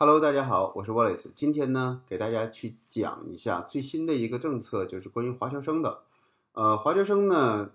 Hello，大家好，我是 Wallace。今天呢，给大家去讲一下最新的一个政策，就是关于华侨生的。华侨生呢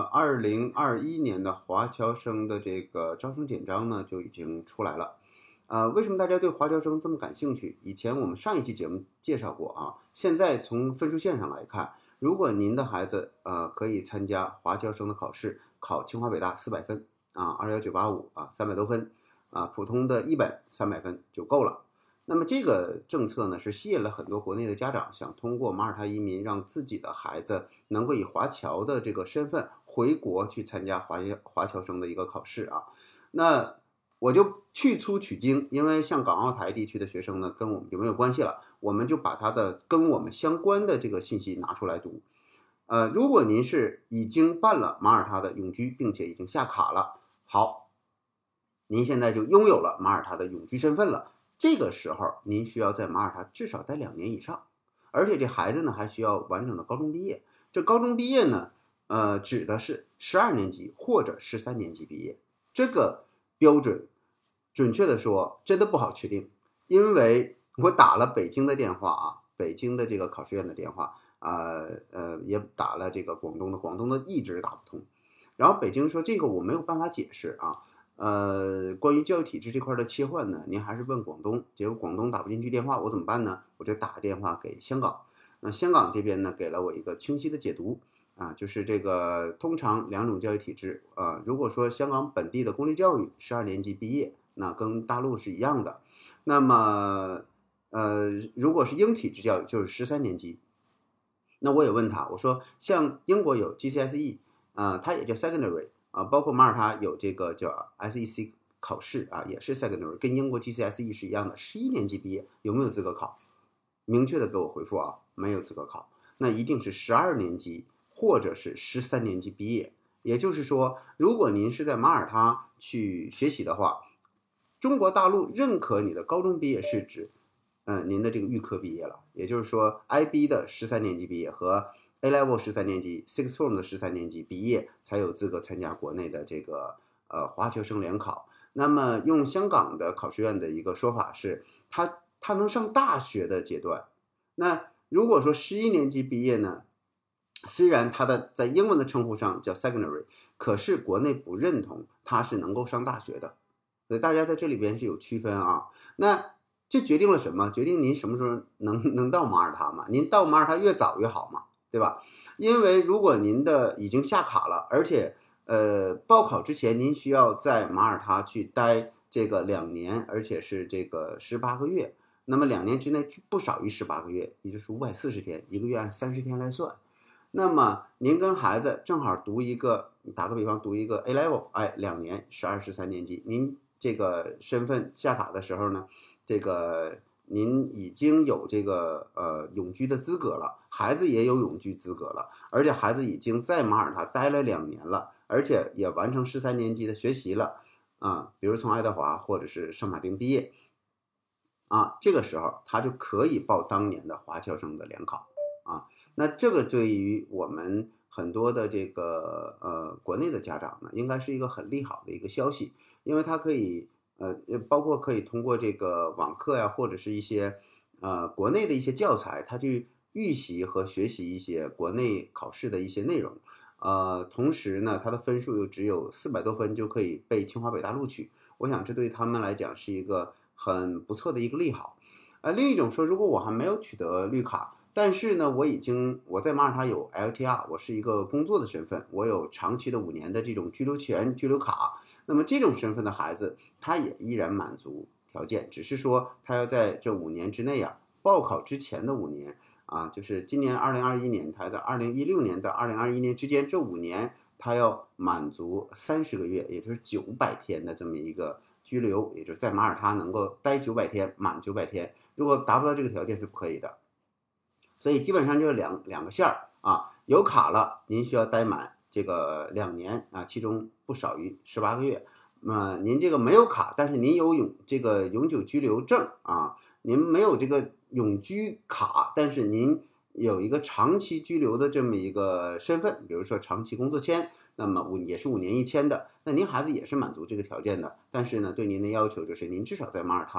，2021年的华侨生的这个招生简章呢就已经出来了。为什么大家对华侨生这么感兴趣？以前我们上一期节目介绍过啊。现在从分数线上来看，如果您的孩子可以参加华侨生的考试，考清华北大400分啊，21985啊，300多分。普通的一本300分就够了。那么这个政策呢，是吸引了很多国内的家长，想通过马耳他移民让自己的孩子能够以华侨的这个身份回国去参加华侨生的一个考试啊。那我就去粗取精，因为像港澳台地区的学生呢，跟我们就没有关系了，我们就把它的跟我们相关的这个信息拿出来读。如果您是已经办了马耳他的永居，并且已经下卡了，好，您现在就拥有了马耳他的永居身份了。这个时候您需要在马耳他至少待2年以上，而且这孩子呢还需要完整的高中毕业。这高中毕业呢，指的是12年级或者13年级毕业。这个标准，准确的说，真的不好确定，因为我打了北京的电话啊，北京的这个考试院的电话，也打了这个广东的一直打不通。然后北京说这个我没有办法解释啊。关于教育体制这块的切换呢，您还是问广东，结果广东打不进去电话，我怎么办呢？我就打电话给香港。那香港这边呢，给了我一个清晰的解读啊，就是这个通常2种教育体制啊，如果说香港本地的公立教育12年级毕业，那跟大陆是一样的。那么如果是英体制教育，就是13年级。那我也问他，我说像英国有 GCSE 它也叫 secondary。包括马耳他有这个叫 SEC 考试啊，也是 secondary， 跟英国 GCSE 是一样的。11年级毕业有没有资格考？明确的给我回复啊，没有资格考。那一定是12年级或者是13年级毕业。也就是说，如果您是在马耳他去学习的话，中国大陆认可你的高中毕业是指，您的这个预科毕业了。也就是说 ，IB 的13年级毕业和A-Level 13年级 Sixth Form 的13年级毕业才有资格参加国内的这个华侨生联考。那么用香港的考试院的一个说法是，他能上大学的阶段。那如果说11年级毕业呢，虽然他的在英文的称呼上叫 secondary， 可是国内不认同他是能够上大学的。所以大家在这里边是有区分啊。那这决定了什么？决定您什么时候能到马耳他嘛？您到马耳他越早越好嘛，对吧？因为如果您的已经下卡了，而且报考之前您需要在马耳他去待这个2年，而且是这个18个月，那么2年之内不少于18个月，也就是540天，1个月按30天来算。那么您跟孩子正好读一个，打个比方，读一个 A-Level， 2年12、13年级，您这个身份下卡的时候呢，这个您已经有这个永居的资格了，孩子也有永居资格了，而且孩子已经在马耳他待了2年了，而且也完成13年级的学习了啊，比如从爱德华或者是圣马丁毕业啊，这个时候他就可以报当年的华侨生的联考啊。那这个对于我们很多的这个国内的家长呢，应该是一个很利好的一个消息，因为它可以包括可以通过这个网课呀，或者是一些国内的一些教材，他去预习和学习一些国内考试的一些内容。同时呢，他的分数又只有400多分就可以被清华北大录取，我想这对他们来讲是一个很不错的一个利好。另一种说，如果我还没有取得绿卡，但是呢，我在马耳他有 LTR， 我是一个工作的身份，我有长期的5年的这种居留权、居留卡。那么这种身份的孩子，他也依然满足条件，只是说他要在这5年之内啊，报考之前的5年啊，就是今年2021年，他在2016年到2021年之间这5年，他要满足30个月，也就是900天的这么一个居留，也就是在马耳他能够待900天，满900天。如果达不到这个条件是不可以的。所以基本上就是两个线儿啊，有卡了，您需要待满这个2年啊，其中不少于18个月。您这个没有卡，但是您有这个永久居留证啊，您没有这个永居卡，但是您有一个长期居留的这么一个身份，比如说长期工作签，那么也是5年1签的，那您孩子也是满足这个条件的。但是呢，对您的要求就是您至少在马耳他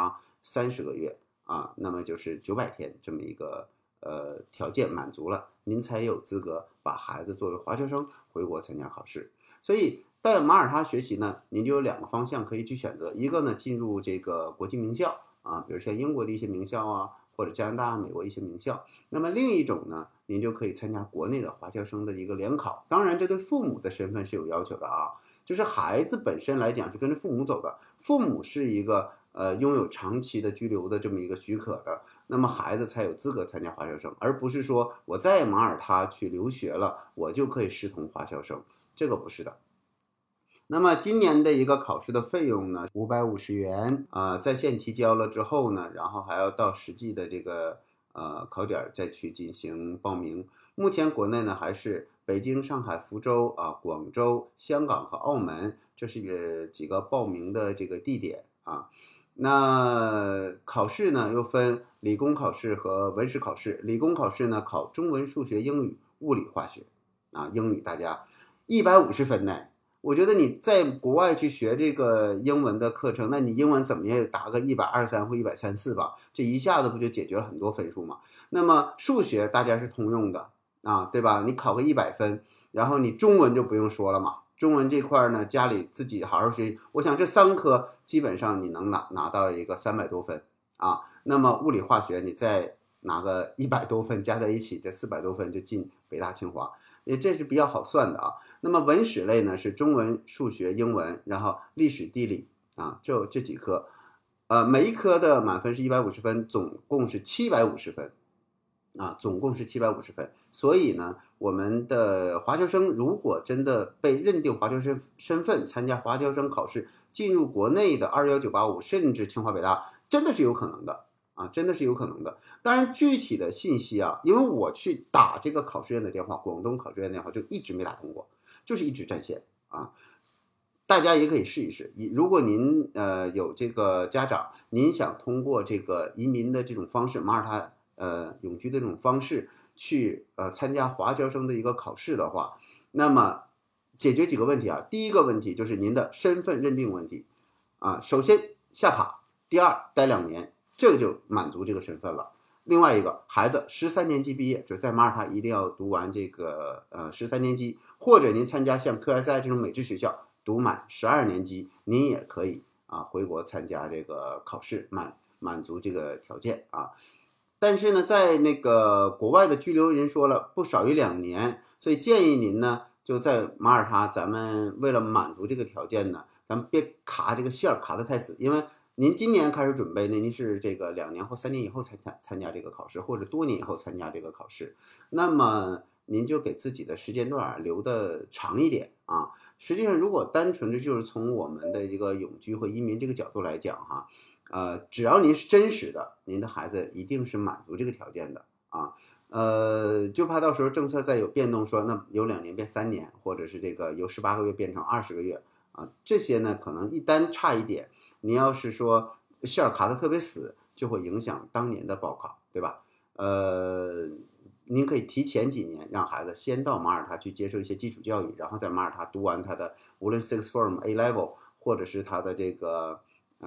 30个月啊，那么就是900天这么一个条件满足了，您才有资格把孩子作为华侨生回国参加考试。所以在马耳他学习呢，您就有2个方向可以去选择，一个呢进入这个国际名校啊，比如像英国的一些名校啊，或者加拿大、美国一些名校。那么另一种呢，您就可以参加国内的华侨生的一个联考。当然，这对父母的身份是有要求的啊，就是孩子本身来讲是跟着父母走的，父母是一个拥有长期的居留的这么一个许可的，那么孩子才有资格参加华侨生，而不是说我在马耳他去留学了，我就可以视同华侨生，这个不是的。那么今年的一个考试的费用呢，550元在线提交了之后呢，然后还要到实际的这个考点再去进行报名。目前国内呢还是北京、上海、福州啊、广州、香港和澳门，这是几个报名的这个地点啊。那考试呢又分理工考试和文史考试。理工考试呢考中文、数学、英语、物理、化学啊。英语大家150分呢。我觉得你在国外去学这个英文的课程，那你英文怎么也打个123或134吧，这一下子不就解决了很多分数吗？那么数学大家是通用的啊，对吧？你考个100分，然后你中文就不用说了嘛。中文这块呢，家里自己好好学习，我想这3科基本上你能拿到一个300多分啊。那么物理化学你再拿个100多分，加在一起这400多分就进北大清华，这是比较好算的啊。那么文史类呢是中文、数学、英文，然后历史、地理啊，这几科，每一科的满分是150分，总共是750分啊，总共是750分。所以呢，我们的华侨生如果真的被认定华侨生身份，参加华侨生考试，进入国内的21985，甚至清华北大，真的是有可能的啊，真的是有可能的。当然，具体的信息啊，因为我去打这个考试院的电话，广东考试院的电话就一直没打通过。就是一直占线啊，大家也可以试一试。如果您有这个家长，您想通过这个移民的这种方式，马耳他永居的这种方式去参加华侨生的一个考试的话，那么解决几个问题啊。第一个问题就是您的身份认定问题啊，首先下卡，第二待2年，这个就满足这个身份了。另外一个，孩子13年级毕业，就是在马耳他一定要读完这个13年级，或者您参加像 QSI 这种美制学校，读满12年级，您也可以回国参加这个考试，满足这个条件啊。但是呢，在那个国外的居留人说了不少于2年，所以建议您呢就在马耳他，咱们为了满足这个条件呢，咱们别卡这个线卡得太死，因为您今年开始准备，那您是这个2年或3年以后参加这个考试，或者多年以后参加这个考试，那么您就给自己的时间段留的长一点啊。实际上，如果单纯的就是从我们的一个永居和移民这个角度来讲哈，只要您是真实的，您的孩子一定是满足这个条件的啊。就怕到时候政策再有变动，说那由2年变3年，或者是这个由18个月变成20个月啊，这些呢可能一旦差一点。你要是说线卡的特别死，就会影响当年的报考，对吧？您可以提前几年让孩子先到马耳他去接受一些基础教育，然后在马耳他读完他的无论 Sixth Form A Level 或者是他的这个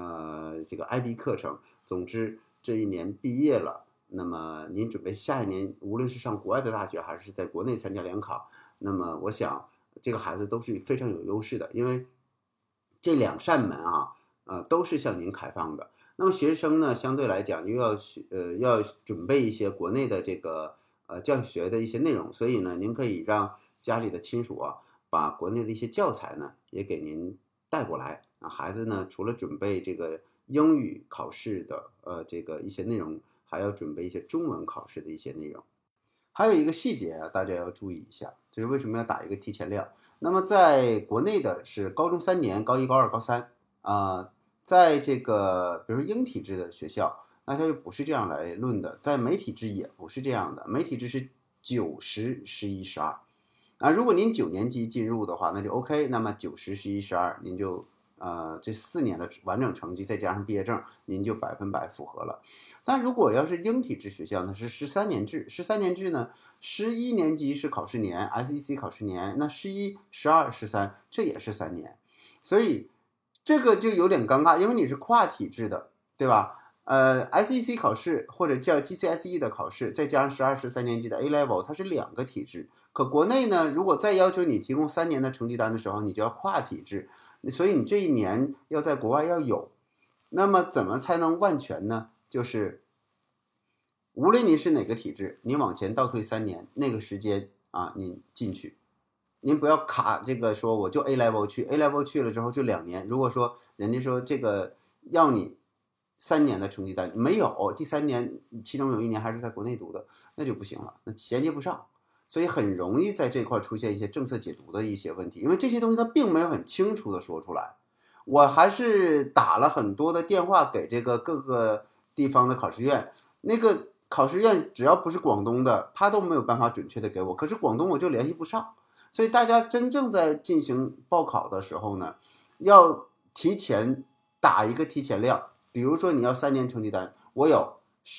IB 课程，总之这一年毕业了，那么您准备下一年无论是上国外的大学还是在国内参加联考，那么我想这个孩子都是非常有优势的，因为这2扇门啊。都是向您开放的。那么学生呢，相对来讲又要准备一些国内的这个教学的一些内容，所以呢，您可以让家里的亲属啊，把国内的一些教材呢也给您带过来啊。孩子呢，除了准备这个英语考试的这个一些内容，还要准备一些中文考试的一些内容。还有一个细节啊，大家要注意一下，就是为什么要打一个提前量。那么在国内的是高中3年，高1、高2、高3在这个比如说英体制的学校，那它就不是这样来论的，在美体制也不是这样的，美体制是9、10、11、12啊。如果您9年级进入的话，那就 OK， 那么9、10、11、12您就这4年的完整成绩再加上毕业证，您就100%符合了。但如果要是英体制学校呢，是13年制，13年制呢，11年级是考试年 ，SEC 考试年，那11、12、13这也是3年，所以这个就有点尴尬，因为你是跨体制的，对吧？ SEC 考试或者叫 GCSE 的考试，再加上12、13年级的 A Level， 它是2个体制。可国内呢，如果再要求你提供3年的成绩单的时候，你就要跨体制，所以你这1年要在国外要有。那么怎么才能万全呢？就是无论你是哪个体制，你往前倒退3年，那个时间啊，你进去，您不要卡这个说我就 A Level 去 ，A Level 去了之后就2年。如果说人家说这个要你3年的成绩单没有，第3年其中有1年还是在国内读的，那就不行了，那衔接不上，所以很容易在这块出现一些政策解读的一些问题，因为这些东西它并没有很清楚的说出来。我还是打了很多的电话给这个各个地方的考试院，那个考试院只要不是广东的，他都没有办法准确的给我，可是广东我就联系不上。所以大家真正在进行报考的时候呢，要提前打一个提前量。比如说你要3年成绩单，我有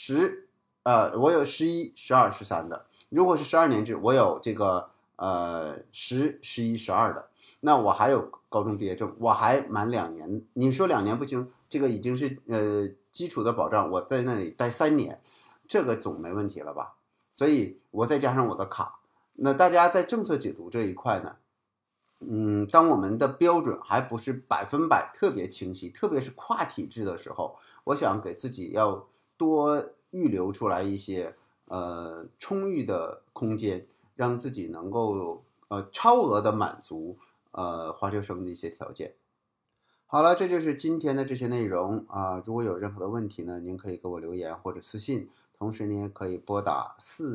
11、12、13的。如果是12年制，我有这个10、11、12的。那我还有高中毕业证，我还满2年。你说2年不行，这个已经是基础的保障，我在那里待3年，这个总没问题了吧？所以我再加上我的卡，那大家在政策解读这一块呢，当我们的标准还不是100%特别清晰，特别是跨体制的时候，我想给自己要多预留出来一些充裕的空间，让自己能够超额的满足华侨生的一些条件。好了，这就是今天的这些内容啊。如果有任何的问题呢，您可以给我留言或者私信，同时您也可以拨打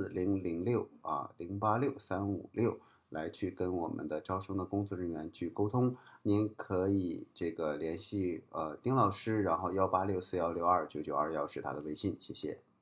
4006086356来去跟我们的招生的工作人员去沟通。您可以这个联系丁老师，然后18641629921是他的微信，谢谢。